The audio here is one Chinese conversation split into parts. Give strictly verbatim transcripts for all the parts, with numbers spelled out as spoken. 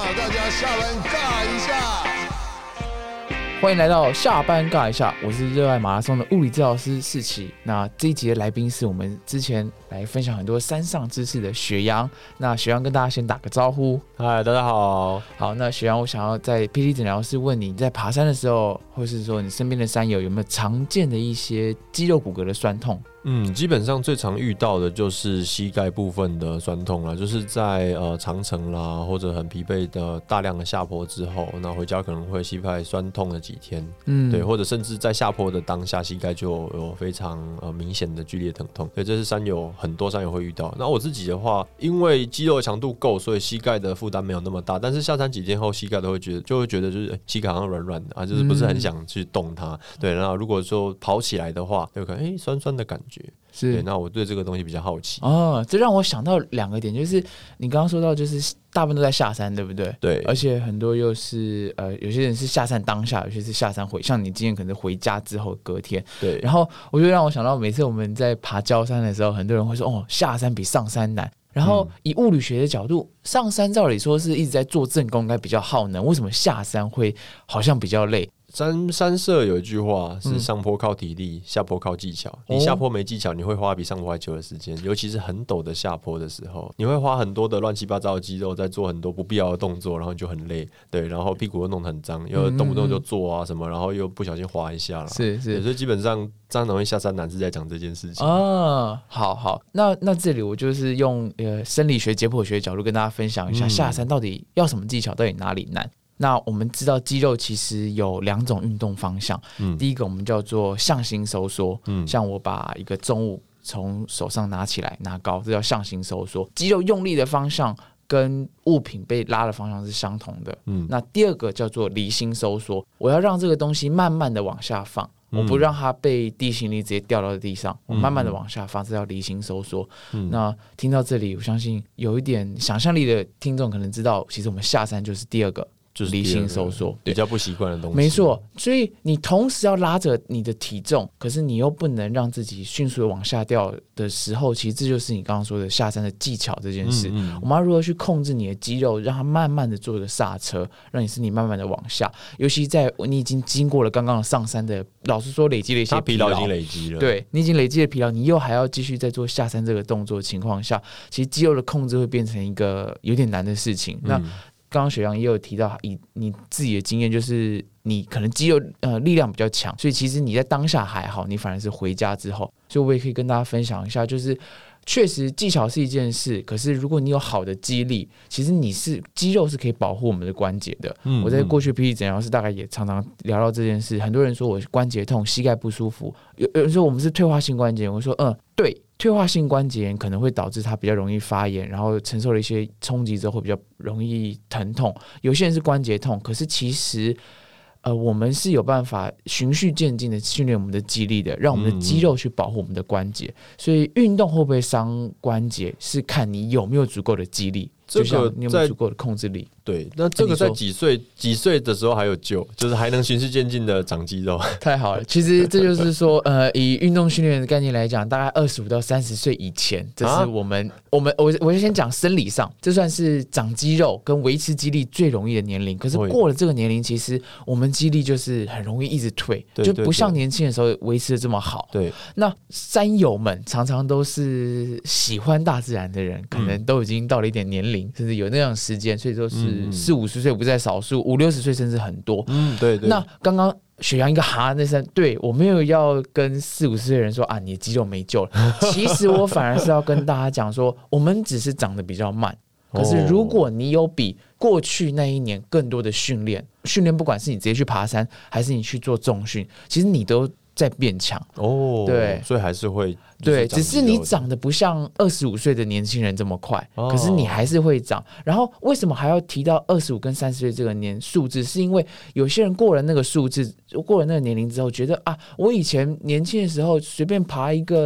大家下班尬一下。 欢迎来到下班尬一下，我是热爱马拉松的物理治疗师士奇。那这一集的来宾是我们之前来分享很多山上知识的雪阳。那雪阳跟大家先打个招呼。 嗨，大家好。 好，那雪阳，我想要在 P T 诊疗室问你，在爬山的时候，或是说你身边的山友有没有常见的一些肌肉骨骼的酸痛？ 嗯，基本上最常遇到的就是膝盖部分的酸痛啦，就是在呃长程啦或者很疲惫的大量的下坡之后，那回家可能会膝盖酸痛了几天，嗯，对，或者甚至在下坡的当下，膝盖就有非常呃明显的剧烈疼痛，所以这是山友很多山友会遇到。那我自己的话，因为肌肉的强度够，所以膝盖的负担没有那么大，但是下山几天后，膝盖都会觉得就会觉得就是、欸、膝盖好像软软的啊，就是不是很想去动它，嗯、对，然后如果说跑起来的话，有可能哎、欸、酸酸的感觉。是，那我对这个东西比较好奇哦，这让我想到两个点，就是你刚刚说到，就是大部分都在下山，对不对？ 对， 而且很多又是呃，有些人是下山当下，有些是下山回，像你今天可能回家之后隔天， 对。 然后我就让我想到，每次我们在爬郊山的时候，很多人会说，哦，下山比上山难。然后以物理学的角度，上山照理说是一直在做正功，应该比较耗能，为什么下山会好像比较累？ 山山社有一句话是上坡靠体力，嗯、下坡靠技巧。你下坡没技巧，你会花比上坡还久的时间，尤其是很陡的下坡的时候，你会花很多的乱七八糟的肌肉在做很多不必要的动作，然后你就很累，对，然后屁股又弄得很脏，又动不动就坐啊什么，然后又不小心滑一下啦， 是是， 所以基本上张容易下山难是在讲这件事情啊。好好，那那这里我就是用呃生理学、解剖学的角度跟大家分享一下，嗯、下山到底要什么技巧，到底哪里难。那我们知道肌肉其实有两种运动方向，嗯、第一个我们叫做向心收缩，嗯、像我把一个重物从手上拿起来拿高，这叫向心收缩。肌肉用力的方向跟物品被拉的方向是相同的。嗯、那第二个叫做离心收缩，我要让这个东西慢慢的往下放。我不让它被地心力直接掉到地上，我慢慢的往下放，这叫离心收缩。嗯、那听到这里，我相信有一点想象力的听众可能知道，其实我们下山就是第二个。就是离心收缩， 比较不习惯的东西。 没错，所以你同时要拉着你的体重，可是你又不能让自己迅速的往下掉的时候，其实这就是你刚刚说的下山的技巧这件事。嗯嗯、我们要如何去控制你的肌肉，让它慢慢的做一个刹车，让你身体慢慢的往下。尤其在你已经经过了刚刚上山的，老实说累积了一些疲劳， 疲劳已经累积了。 对，你已经累积了疲劳，你又还要继续在做下山这个动作的情况下，其实肌肉的控制会变成一个有点难的事情。嗯、那刚刚雪阳也有提到，以你自己的经验，就是你可能肌肉呃力量比较强，所以其实你在当下还好，你反而是回家之后，所以我也可以跟大家分享一下，就是确实技巧是一件事，可是如果你有好的肌力，其实你是肌肉是可以保护我们的关节的。嗯、我在过去 P T 诊疗室大概也常常聊到这件事，很多人说我关节痛、膝盖不舒服，有有人说我们是退化性关节炎，我说嗯对。退化性关节炎可能会导致它比较容易发炎，然后承受了一些冲击之后会比较容易疼痛。有些人是关节痛，可是其实呃，我们是有办法循序渐进的训练我们的肌力的，让我们的肌肉去保护我们的关节。嗯、所以运动会不会伤关节，是看你有没有足够的肌力， 这个就像你有没有足够的控制力。 对，那这个在几岁几岁的时候还有救，就是还能循序渐进的长肌肉。 太好了，其实这就是说，呃，以运动训练的概念来讲，大概二十五到三十岁以前，这是我们、啊、我们我我就先讲生理上，这算是长肌肉跟维持肌力最容易的年龄。可是过了这个年龄，其实我们肌力就是很容易一直退， 对对对， 就不像年轻的时候维持的这么好。 对， 那山友们常常都是喜欢大自然的人，可能都已经到了一点年龄，嗯、甚至有那样时间，所以说是四五十岁。不在少数，五六十岁甚至很多。 嗯，对对。 那刚刚雪阳一个哈那声，对我没有要跟四五十岁的人说啊，你的肌肉没救了。其实我反而是要跟大家讲说，我们只是长得比较慢。可是如果你有比过去那一年更多的训练，训练不管是你直接去爬山，还是你去做重训，其实你都在变强。 哦，对，所以还是会。 对，只是你长得不像二十五岁的年轻人这么快，哦、可是你还是会长。然后为什么还要提到二十五跟三十岁这个年数字？是因为有些人过了那个数字，过了那个年龄之后，觉得啊，我以前年轻的时候随便爬一个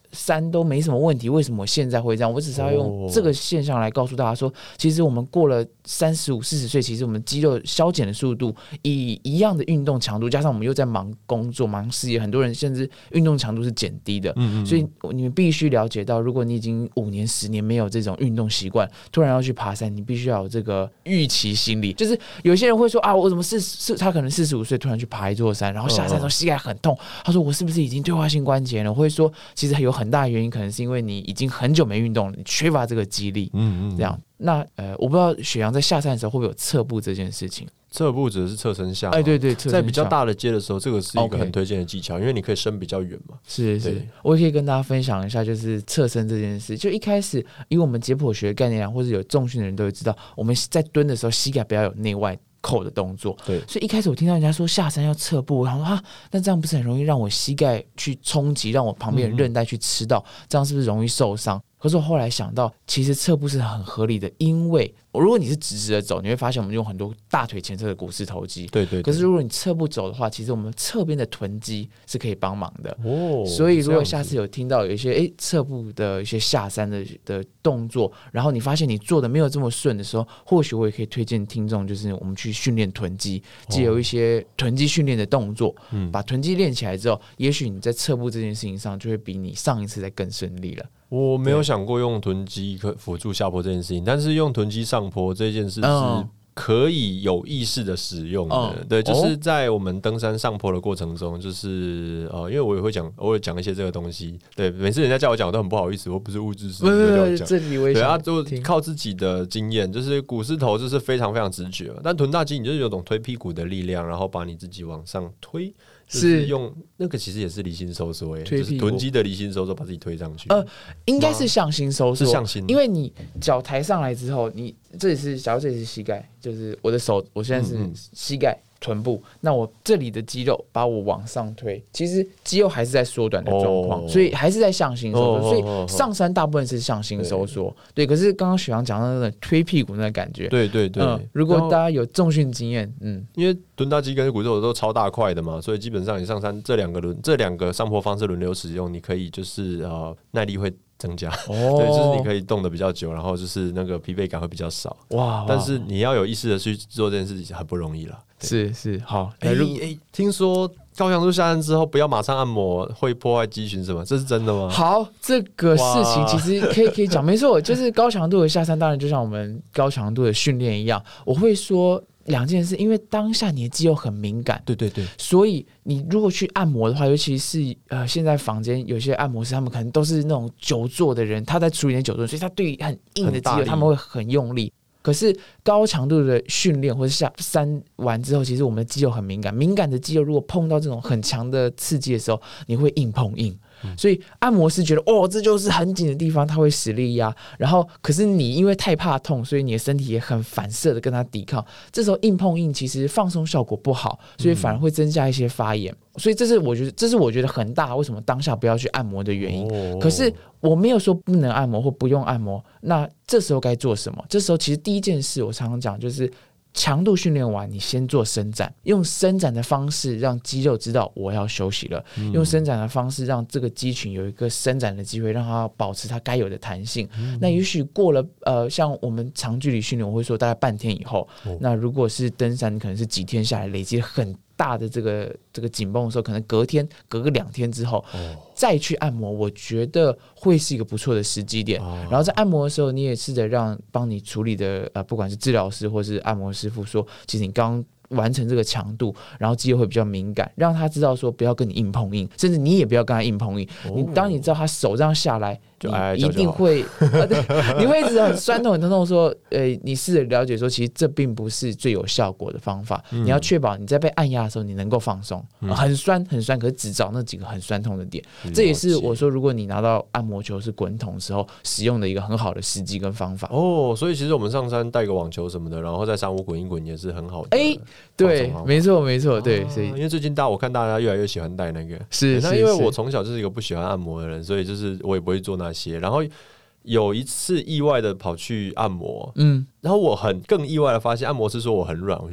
山都没什么问题，为什么我现在会这样？我只是要用这个现象来告诉大家说，其实我们过了三十五、四十岁，其实我们肌肉消减的速度，以一样的运动强度，加上我们又在忙工作、忙事业，很多人甚至运动强度是减低的。嗯嗯，所以你们必须了解到，如果你已经五年、十年没有这种运动习惯，突然要去爬山，你必须要有这个预期心理。就是有些人会说啊，我怎么四十，他可能四十五岁突然去爬一座山，然后下山的时候膝盖很痛，他说我是不是已经退化性关节了？我会说，其实有很大的原因，可能是因为你已经很久没运动了，你缺乏这个肌力。嗯嗯，这样。那呃，我不知道雪阳在下山的时候会不会有侧步这件事情？ 侧步指的是侧身下， 哎，对对， 在比较大的阶的时候，这个是一个很推荐的技巧， okay. 因为你可以伸比较远嘛。 是是，我也可以跟大家分享一下，就是侧身这件事。就一开始，以我们解剖学的概念啊，或者有重训的人都会知道，我们在蹲的时候，膝盖不要有内外扣的动作。对，所以一开始我听到人家说下山要侧步，我想说啊，那这样不是很容易让我膝盖去冲击，让我旁边的韧带去吃到，嗯、这样是不是容易受伤？可是我后来想到，其实侧步是很合理的，因为如果你是直直的走，你会发现我们用很多大腿前侧的股四头肌。对 对, 对。可是如果你侧步走的话，其实我们侧边的臀肌是可以帮忙的。哦。所以如果下次有听到有一些哎侧步的一些下山的的动作，然后你发现你做的没有这么顺的时候，或许我也可以推荐听众，就是我们去训练臀肌，藉由一些臀肌训练的动作，嗯，把臀肌练起来之后，也许你在侧步这件事情上就会比你上一次再更顺利了。 我没有想过用臀肌辅助下坡这件事情，但是用臀肌上坡这件事是可以有意识的使用的。哦、对，就是在我们登山上坡的过程中，就是呃，因为我也会讲，偶尔讲一些这个东西。对，每次人家叫我讲，我都很不好意思，我不是物质师， 对叫我讲。 这里我也对啊，就靠自己的经验，就是股四头就是非常非常直觉，但臀大肌你就是有种推屁股的力量，然后把你自己往上推。是用那个，其实也是离心收缩，哎，就是臀肌的离心收缩，把自己推上去。呃， 应该是向心收缩， 是向心， 因为你脚抬上来之后，你这里是，假如这里是膝盖，就是我的手，我现在是膝盖。嗯嗯臀部，那我这里的肌肉把我往上推，其实肌肉还是在缩短的状况，哦、所以还是在向心收缩，哦、所以上山大部分是向心收缩。对，对，可是刚刚雪阳讲到那个推屁股那个感觉， 对对对。嗯、 如果大家有重训经验，嗯， 因为臀大肌跟股四头都超大块的嘛，所以基本上你上山这两个轮这两个上坡方式轮流使用，你可以就是呃耐力会增加，哦、对，就是你可以动得比较久，然后就是那个疲惫感会比较少。哇！但是你要有意识的去做这件事情，很不容易了。 是是，好。 哎、欸欸，听说高强度下山之后不要马上按摩，会破坏肌群，什么？这是真的吗？ 好，这个事情其实可以可以讲，没错，就是高强度的下山，当然就像我们高强度的训练一样，我会说。两件事，因为当下你的肌肉很敏感， 对对对， 所以你如果去按摩的话，尤其是呃，现在坊间有些按摩师，他们可能都是那种久坐的人，他在处理你的久坐，所以他对于很硬的肌肉，他们会很用力。可是高强度的训练或者下山完之后，其实我们的肌肉很敏感，敏感的肌肉如果碰到这种很强的刺激的时候，你会硬碰硬。所以按摩师觉得哦，这就是很紧的地方，他会使力压，然后可是你因为太怕痛，所以你的身体也很反射的跟他抵抗，这时候硬碰硬其实放松效果不好，所以反而会增加一些发炎。所以这是我觉得，这是我觉得很大为什么当下不要去按摩的原因。哦、可是我没有说不能按摩或不用按摩，那这时候该做什么？这时候其实第一件事我常常讲就是。强度训练完，你先做伸展，用伸展的方式让肌肉知道我要休息了，嗯、用伸展的方式让这个肌群有一个伸展的机会，让它保持它该有的弹性。嗯、那也许过了呃，像我们长距离训练，我会说大概半天以后，哦、那如果是登山，可能是几天下来累积很大的这个这个紧绷的时候，可能隔天隔个两天之后、哦、再去按摩，我觉得会是一个不错的时机点。哦、然后在按摩的时候，你也试着让帮你处理的呃，不管是治疗师或是按摩师傅说，其实你刚完成这个强度，然后肌肉会比较敏感，让他知道说不要跟你硬碰硬，甚至你也不要跟他硬碰硬。哦、你当你知道他手这样下来， 就挨挨你一定会，啊、对，你会一直很酸痛很痛痛说，呃，你试着了解说，其实这并不是最有效果的方法。嗯、你要确保你在被按压的时候，你能够放松，嗯、很酸很酸，可是只找那几个很酸痛的点。嗯、这也是我说，如果你拿到按摩球是滚筒的时候，使用的一个很好的时机跟方法。 哦，所以其实我们上山带个网球什么的，然后在山屋滚一滚也是很好的。哎、欸， 对，没错没错，对，所以、 啊、因为最近大我看大家越来越喜欢带那个， 是， 那因为我从小就是一个不喜欢按摩的人，所以就是我也不会做那些，然后。有一次意外的跑去按摩，嗯，然后我很更意外的发现，按摩师说我很软，我说，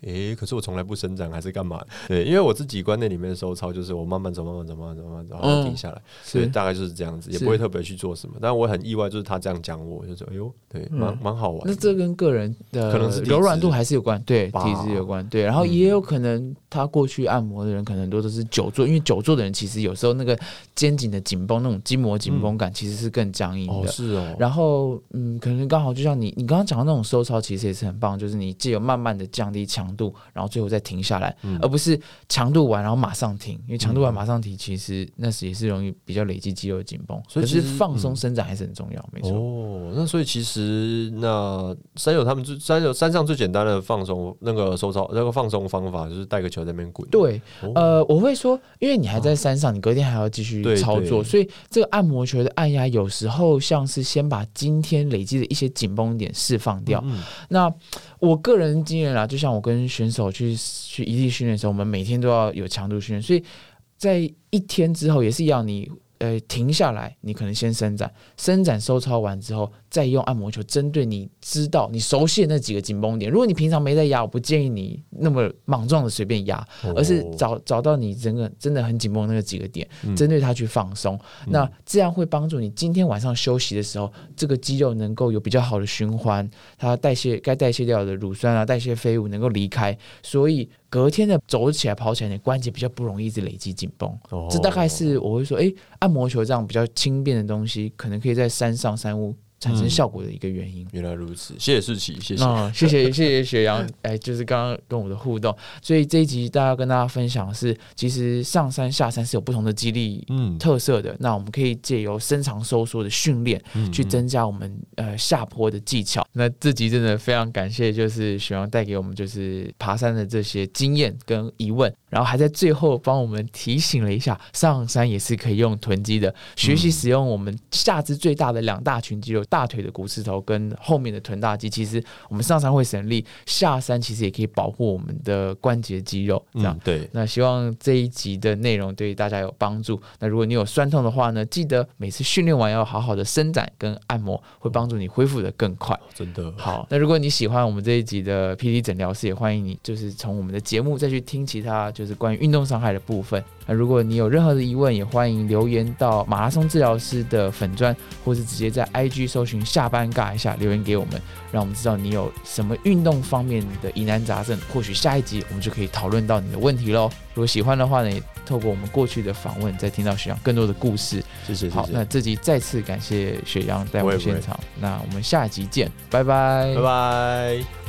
哎、欸，可是我从来不伸展还是干嘛？对，因为我自己观念里面的收操就是我慢慢走，慢慢走，慢慢走，慢慢走，然后停下来，嗯、所以大概就是这样子，也不会特别去做什么。但我很意外，就是他这样讲我，就是哎呦，对，蛮蛮、嗯、好玩的。 那这跟个人的可能是柔软度还是有关，对，体质有关，对。然后也有可能他过去按摩的人，可能很多都是久坐，因为久坐的人其实有时候那个肩颈的紧绷，那种筋膜紧绷感其实是更僵硬的。 嗯、哦，是哦。 然后嗯，可能刚好就像你你刚刚讲的那种收操，其实也是很棒，就是你藉由慢慢的降低强度，然后最后再停下来，嗯、而不是强度完然后马上停，因为强度完马上停，其实那时也是容易比较累积肌肉紧绷。所以可是放松伸展还是很重要，嗯、没错。 哦，那所以其实那山友他们最山友山上最简单的放松那个收操那个放松方法就是带个球在那边滚。 对，哦、呃，我会说，因为你还在山上，你隔天还要继续操作，所以这个按摩球的按压有时候像是先把今天累积的一些紧绷点释放掉。嗯嗯那我个人经验啦，就像我跟选手去去异地训练的时候，我们每天都要有强度训练，所以在一天之后也是一样，你呃停下来，你可能先伸展，伸展收操完之后，再用按摩球针对你知道你熟悉的那几个紧绷点。如果你平常没在压，我不建议你那么莽撞的随便压，哦、而是找找到你整个真的很紧绷的那几个点，嗯、针对它去放松。嗯、那这样会帮助你今天晚上休息的时候，这个肌肉能够有比较好的循环，它代谢该代谢掉的乳酸啊、代谢废物能够离开，所以隔天的走起来、跑起来，你关节比较不容易一直累积紧绷。哦、这大概是我会说，哎，按摩球这样比较轻便的东西，可能可以在山上山屋产生效果的一个原因。 嗯、原来如此，谢谢世奇，谢谢， 哦、谢谢谢谢雪阳，哎，就是刚刚跟我的互动，所以这一集大家跟大家分享的是，其实上山下山是有不同的肌力特色的。嗯、那我们可以借由伸长收缩的训练，嗯、去增加我们呃下坡的技巧。那这集真的非常感谢，就是雪阳带给我们就是爬山的这些经验跟疑问。然后还在最后帮我们提醒了一下，上山也是可以用臀肌的，学习使用我们下肢最大的两大群肌肉，大腿的股四头跟后面的臀大肌。其实我们上山会省力，下山其实也可以保护我们的关节肌肉。这样、嗯、 对。 那希望这一集的内容对大家有帮助。那如果你有酸痛的话呢，记得每次训练完要好好的伸展跟按摩，会帮助你恢复的更快。 真的好。那如果你喜欢我们这一集的 P D 诊疗室，也欢迎你就是从我们的节目再去听其他就。就是关于运动伤害的部分。那如果你有任何的疑问，也欢迎留言到马拉松治疗师的粉专，或是直接在 I G 搜寻下班尬一下留言给我们，让我们知道你有什么运动方面的疑难杂症，或许下一集我们就可以讨论到你的问题咯。如果喜欢的话呢，也透过我们过去的访问，再听到雪阳更多的故事。 谢谢。 好，那这集再次感谢雪阳带我们现场，那我们下集见，拜拜， 拜拜。